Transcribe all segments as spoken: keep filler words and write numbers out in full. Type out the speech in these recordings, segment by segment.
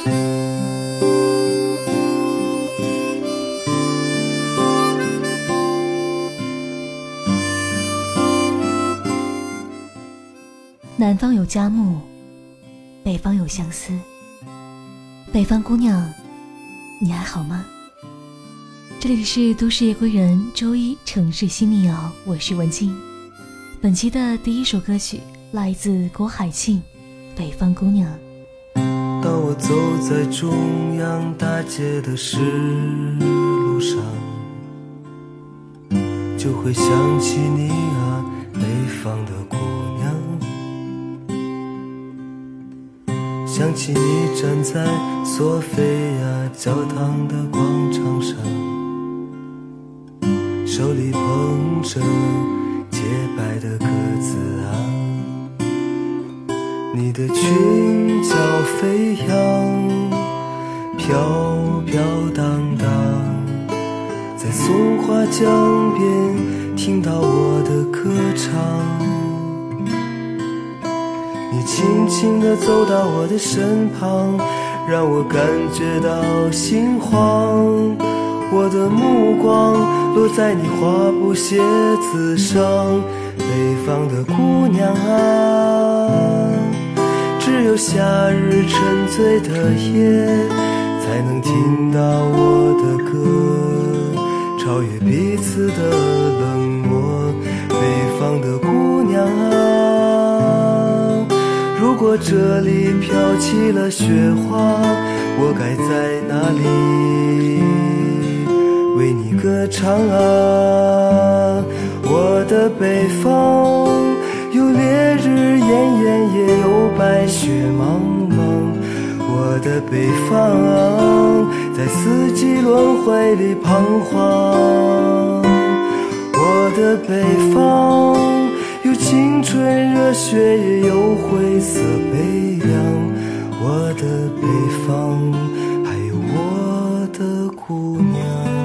南方有佳木，北方有相思。北方姑娘，你还好吗？这里是都市夜归人周一城市新民谣，我是文静。本期的第一首歌曲来自郭海庆，北方姑娘。 当我走在中央大街的石路上，就会想起你啊，北方的姑娘。想起你站在索菲亚教堂的广场上，手里捧着洁白的鸽子啊，你的裙角飞扬，飘飘荡荡，在松花江边听到我的歌唱。你轻轻地走到我的身旁，让我感觉到心慌。我的目光落在你花布鞋子上，北方的姑娘啊，只有夏日沉醉的夜，才能听到我的歌，超越彼此的冷漠。北方的姑娘啊，如果这里飘起了雪花，我该在哪里为你歌唱啊？我的北方有烈日炎炎，也有白雪茫茫。我的北方在四季轮回里彷徨。我的北方有青春热血，也有灰色悲凉。我的北方还有我的姑娘。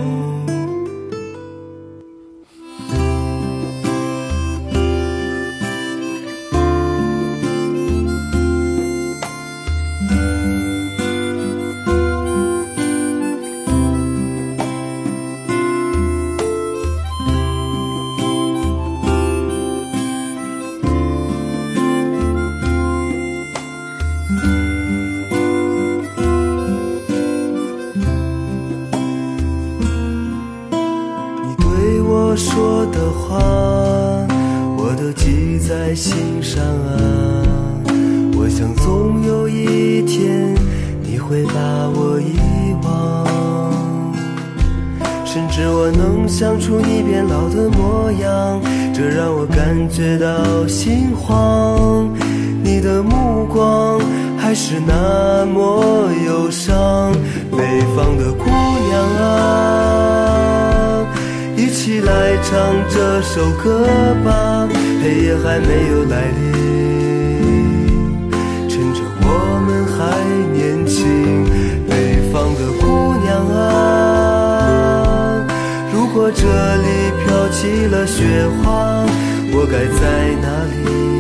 说的话我都记在心上啊，我想总有一天你会把我遗忘，甚至我能想出你变老的模样，这让我感觉到心慌。你的目光还是那么忧伤，北方的姑娘啊，一起来唱这首歌吧，黑夜还没有来临，趁着我们还年轻。北方的姑娘啊，如果这里飘起了雪花，我该在哪里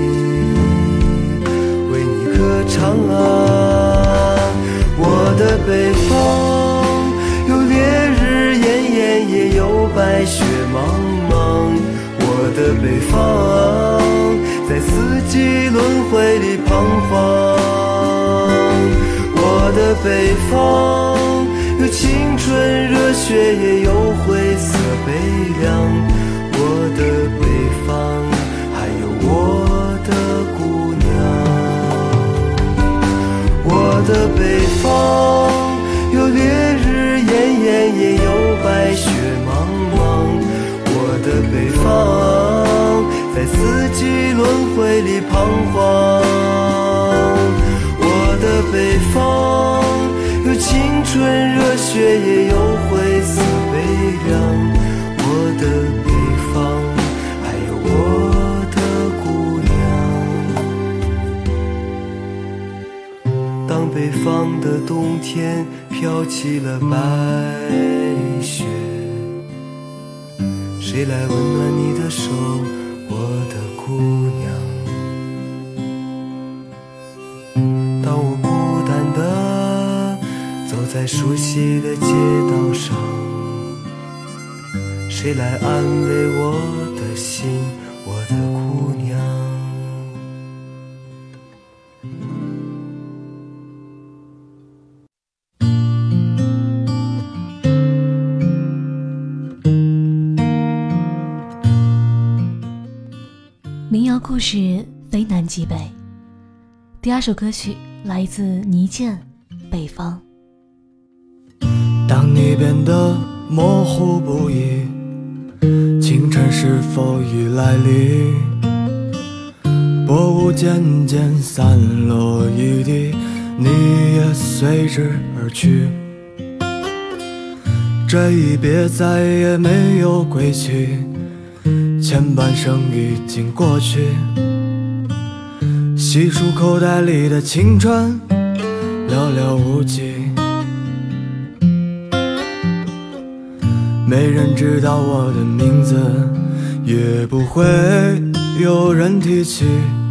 为你歌唱啊？我的北方有烈日炎炎，也有白雪茫茫。我的北方在四季轮回里彷徨。我的北方有青春热血，也有灰色悲凉。我的北方还有我的姑娘。我的北方有烈日炎炎，也有白雪茫茫。我的北方在四季轮回里彷徨。我的北方有青春热血，也有灰色悲凉。我的北方还有我的姑娘。当北方的冬天飘起了白雪，谁来温暖你的手，我的姑娘？当我孤单地在熟悉的街道上，谁来安慰我的心，我的姑娘？ 民谣故事非南即北，第二首歌曲来自倪健，《北方》。 当你变得模糊不已，清晨是否已来临？薄雾渐渐散落一地，你也随之而去。这一别再也没有归期，前半生已经过去，细数口袋里的青春，寥寥无几。没人知道我的名字，也不会有人提起，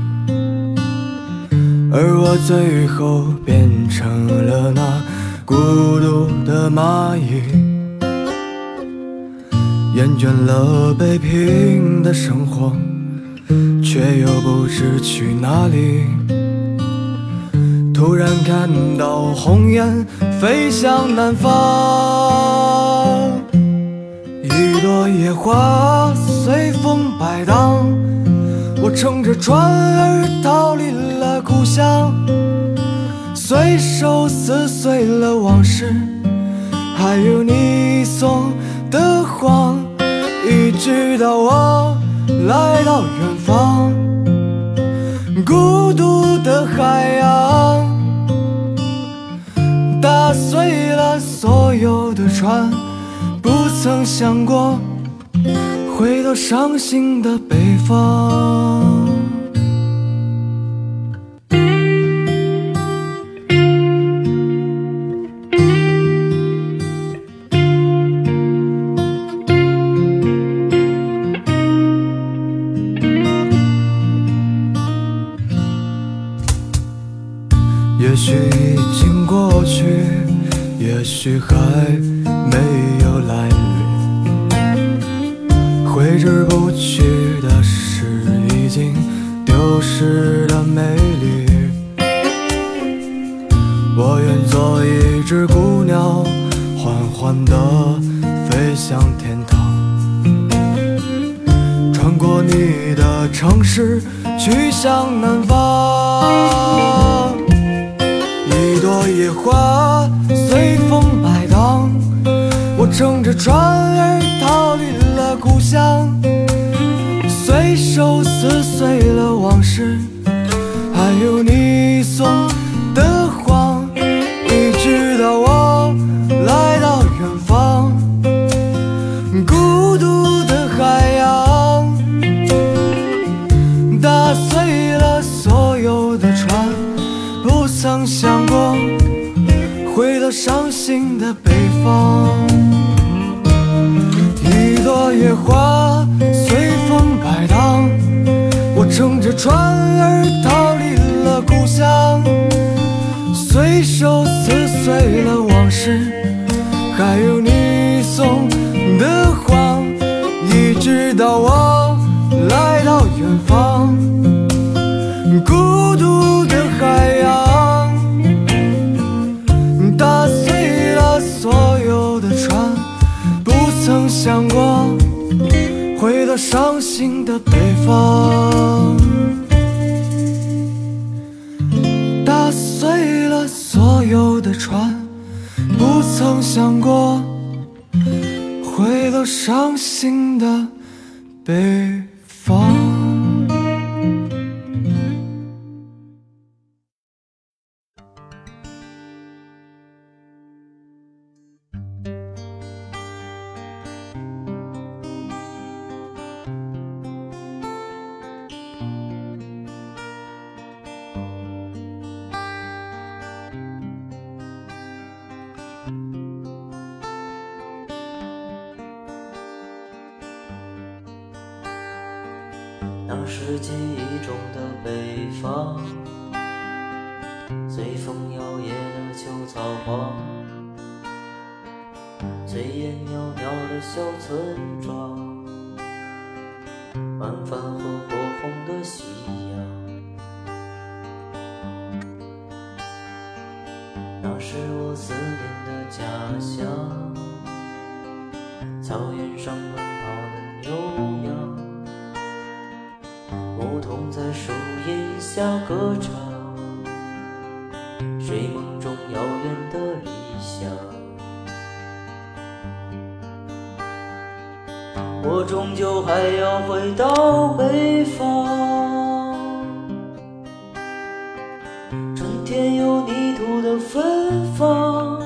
而我最后变成了那孤独的蚂蚁，厌倦了北平的生活，却又不知去哪里。突然看到鸿雁飞向南方，一朵野花随风摆荡，我乘着船儿逃离了故乡，随手撕碎了往事，还有你送的谎，一直到我来到远方，孤独的海洋打碎了所有的船，不曾想过回到伤心的北方。也许已经过去，也许还没有来临，挥之不去的是已经丢失的美丽。我愿做一只孤鸟，缓缓地飞向天堂，穿过你的城市，去向南方。一朵野花随风摆荡，我乘着船儿逃离了故乡，随手撕碎了往事，还有你送的谎，一直到我来到远方，孤独的海洋打碎了所有的船，不曾想过回到伤心的北方。一朵野花随风摆荡，我乘着船儿逃离了故乡，随手撕碎了往事，还有你送的谎，一直到我来到远方，孤独的海洋打碎了所有的船，不曾想过回到伤心的北方，打碎了所有的船，不曾想过回到伤心的北方。 那是记忆中的北方，随风摇曳的旧草花， 炊烟袅袅的小村庄，晚饭和火红的夕阳，那是我思念的家乡。草原上奔跑的牛羊，牧童在树荫下歌唱，睡梦中遥远的理想。我终究还要回到北方，春天有泥土的芬芳，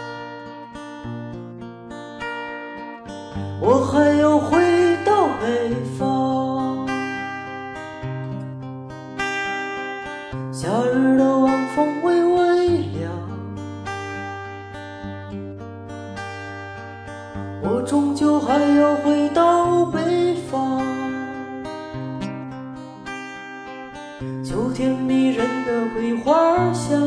我还要回到北方。夏日的晚风微微凉，我终究还要回到北方。秋天迷人的桂花香，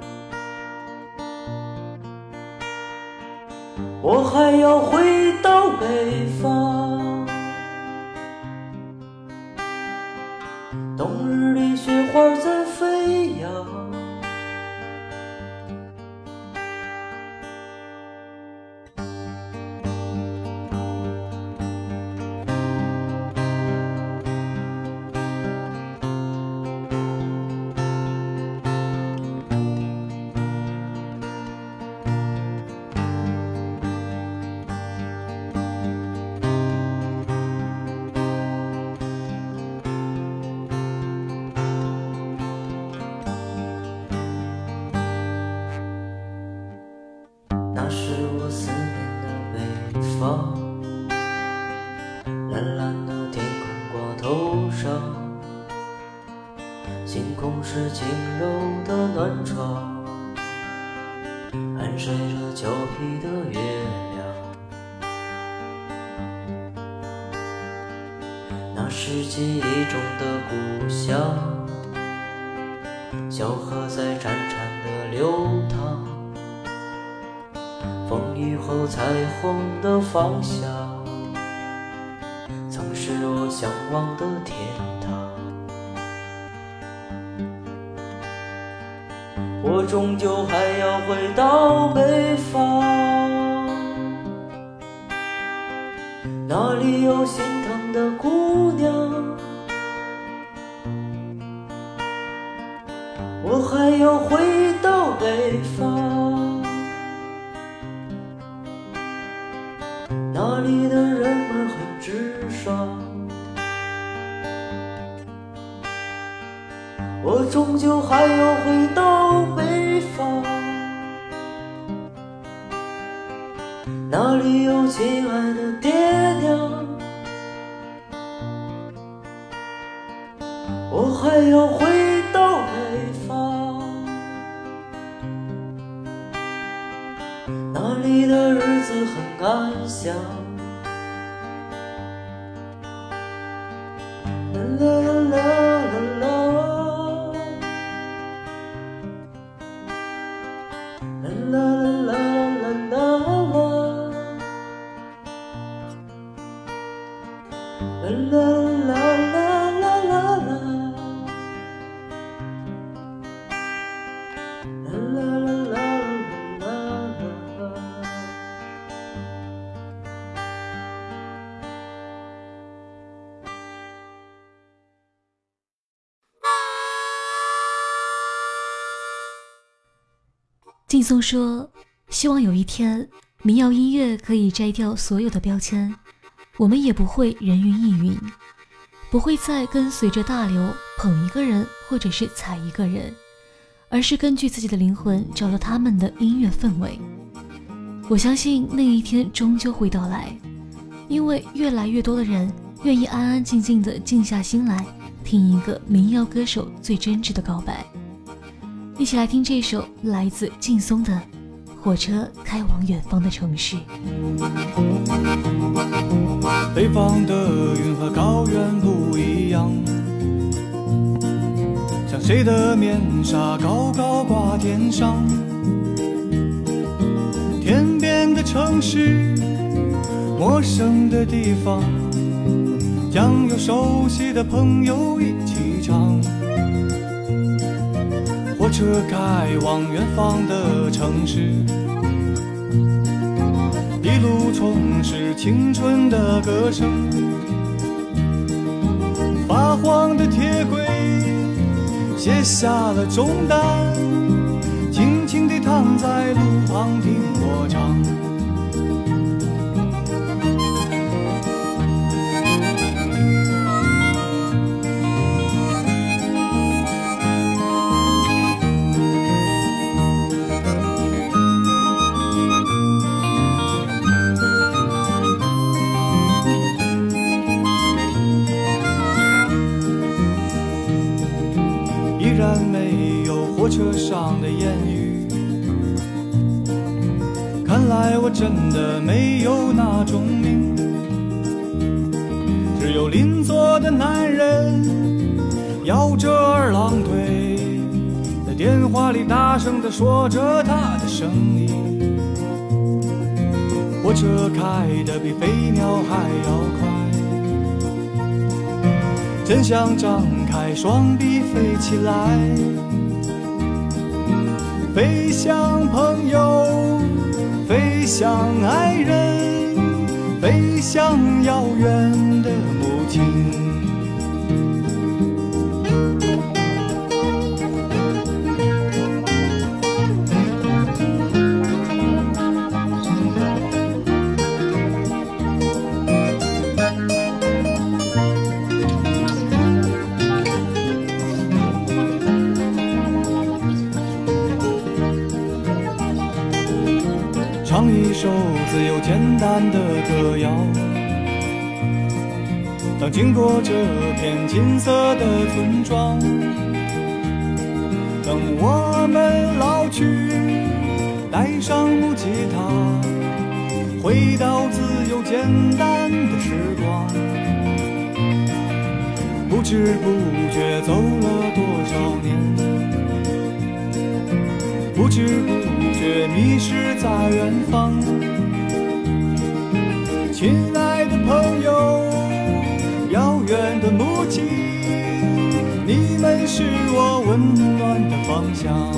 我还要回到北方。冬日里雪花在飞扬，那是我思念的北方，蓝蓝的天空挂头上，星空是轻柔的暖床，安睡着俏皮的月亮。那是记忆中的故乡，小河在潺潺的流淌，风雨后彩虹的方向，曾是我向往的天堂。我终究还要回到北方，那里有心疼的姑娘，我还要回到北方，那里的人们很直爽。我终究还要回到北方，那里有亲爱的爹娘，我还要回到北方，那里的日子很安详。啦啦啦啦啦，啦啦啦啦啦啦，啦啦啦啦啦啦啦，啦啦啦啦啦啦。 劲松说，希望有一天民谣音乐可以摘掉所有的标签，我们也不会人云亦云，不会再跟随着大流捧一个人或者是踩一个人，而是根据自己的灵魂找到他们的音乐氛围。我相信那一天终究会到来，因为越来越多的人愿意安安静静地静下心来听一个民谣歌手最真挚的告白。一起来听这首来自劲松的《火车开往远方的城市》。 北方的云和高原不一样，像谁的面纱高高挂天上，天边的城城市，陌生的地方，将有熟悉的朋友一起唱。火车开往远方的城市，一路充实青春的歌声。发黄的铁轨卸下了重担，轻轻地躺在路旁听我唱。依然没有火车上的言语，看来我真的没有那种命。只有邻座的男人摇着二郎腿，在电话里大声地说着他的生意。火车开得比飞鸟还要快，真想张开双臂飞起来，飞向朋友，飞向爱人，飞向遥远的母亲。唱一首自由简单的歌谣，当经过这片金色的村庄，等我们老去，带上木吉他，回到自由简单的时光。不知不觉走了多少年，不知不觉迷失在远方。亲爱的朋友，遥远的母亲，你们是我温暖的方向。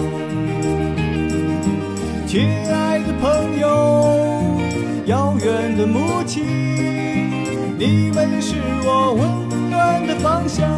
亲爱的朋友，遥远的母亲，你们是我温暖的方向。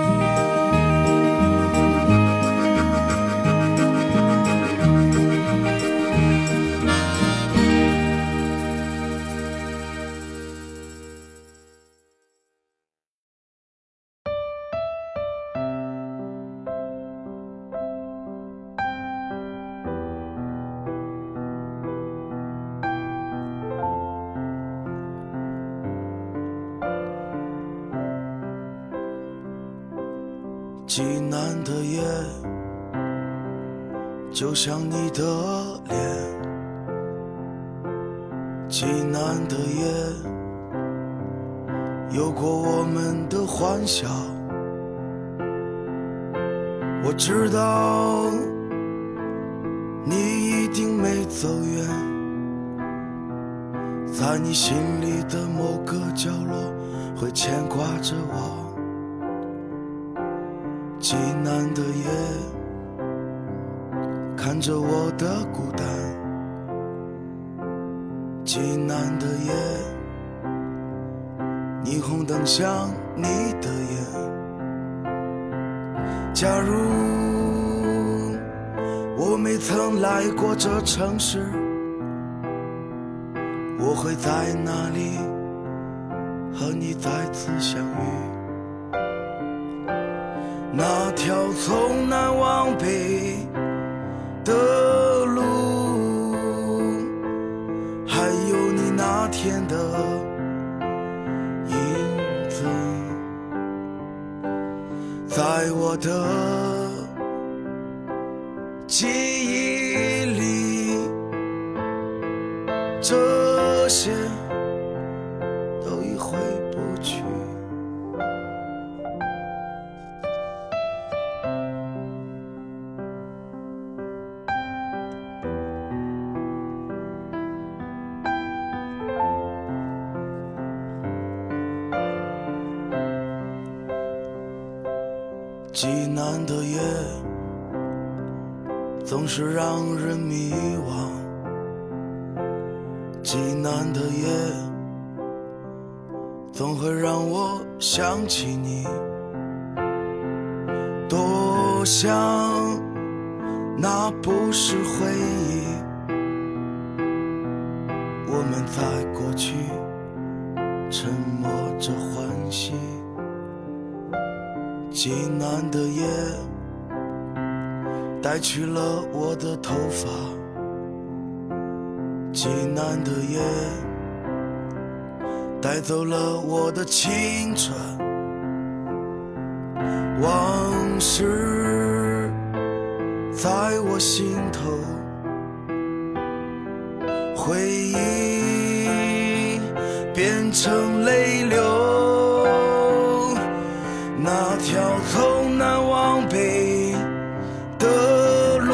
济南的夜，就像你的脸。济南的夜，有过我们的欢笑。我知道你一定没走远，在你心里的某个角落会牵挂着我。济南的夜，看着我的孤单。济南的夜，霓虹灯像你的眼。假如我没曾来过这城市，我会在哪里和你再次相遇？那条从南往北的路，还有你那天的影子，在我的记忆里，这些都已回不去。 济南的夜总是让人迷惘，济南的夜总会让我想起你，多想那不是回忆，我们在过去沉默着欢喜。济南的夜带去了我的头发，济南的夜带走了我的青春，往事在我心头，回忆变成泪流，那条从南往北的路，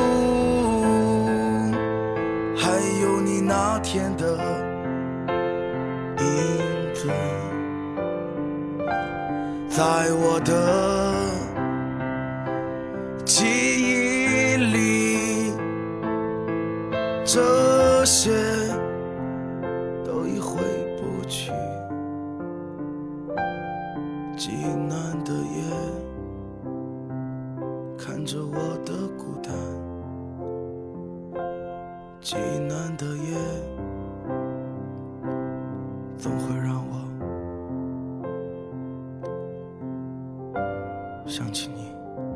还有你那天的影子，在我的记忆里，这些都已回不去。济南的夜看着我的孤单，济南的夜总会让我想起你。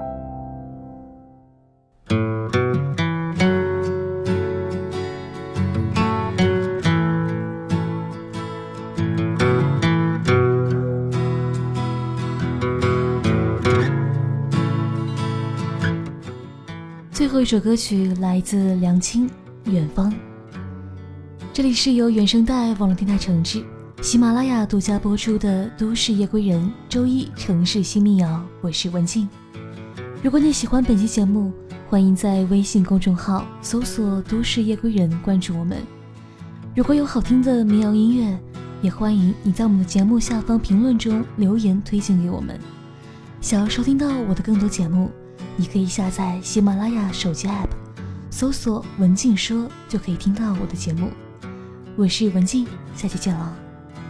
最后一首歌曲来自梁青《远方》，这里是由原声带网络电台承制，喜马拉雅独家播出的《都市夜归人》周一城市新民谣，我是文静。如果你喜欢本期节目，欢迎在微信公众号搜索都市夜归人关注我们。如果有好听的民谣音乐，也欢迎你在我们的节目下方评论中留言推荐给我们。想要收听到我的更多节目，你可以下载喜马拉雅手机 app， 搜索文静说就可以听到我的节目。我是文静，下期见了。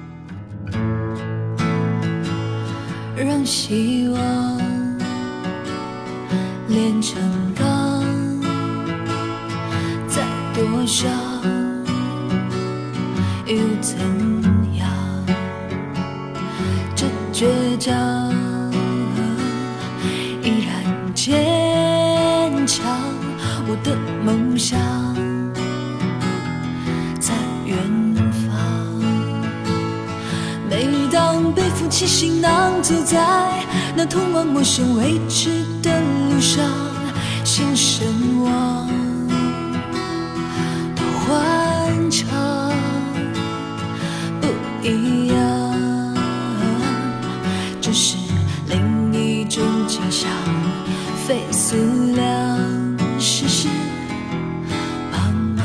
让希望炼成钢，再多少又怎样？这倔强依然坚强，我的梦想在远方。每当背负起行囊，走在那通往陌生未知的路上，心神往都欢畅，不一样，这是另一种景象，非思量，世事茫茫。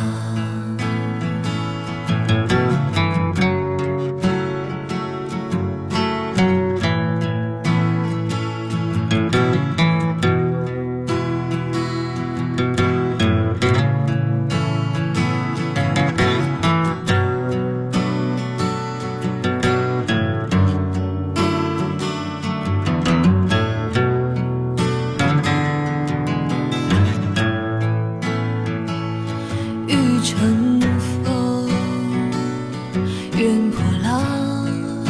乘风远破浪，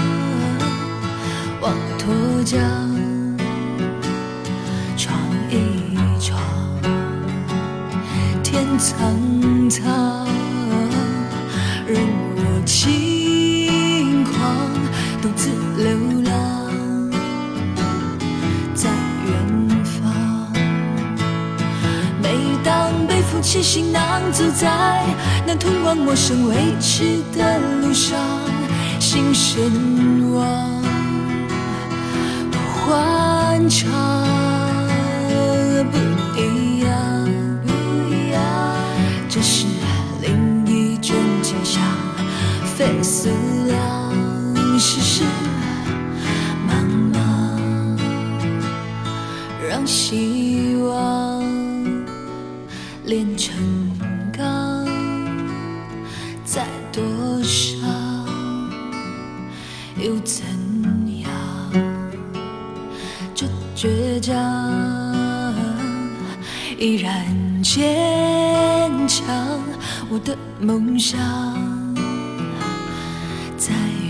望沱江闯一闯，天苍苍，任我轻狂，独自流浪在远方。每当背负起行囊，走在那通往陌生未知的路上，心神往多欢畅，不一样，不一样，这是另一种景象，非思量，世事茫茫。 然希望炼成钢，再多少又怎样？这倔强依然坚强，我的梦想在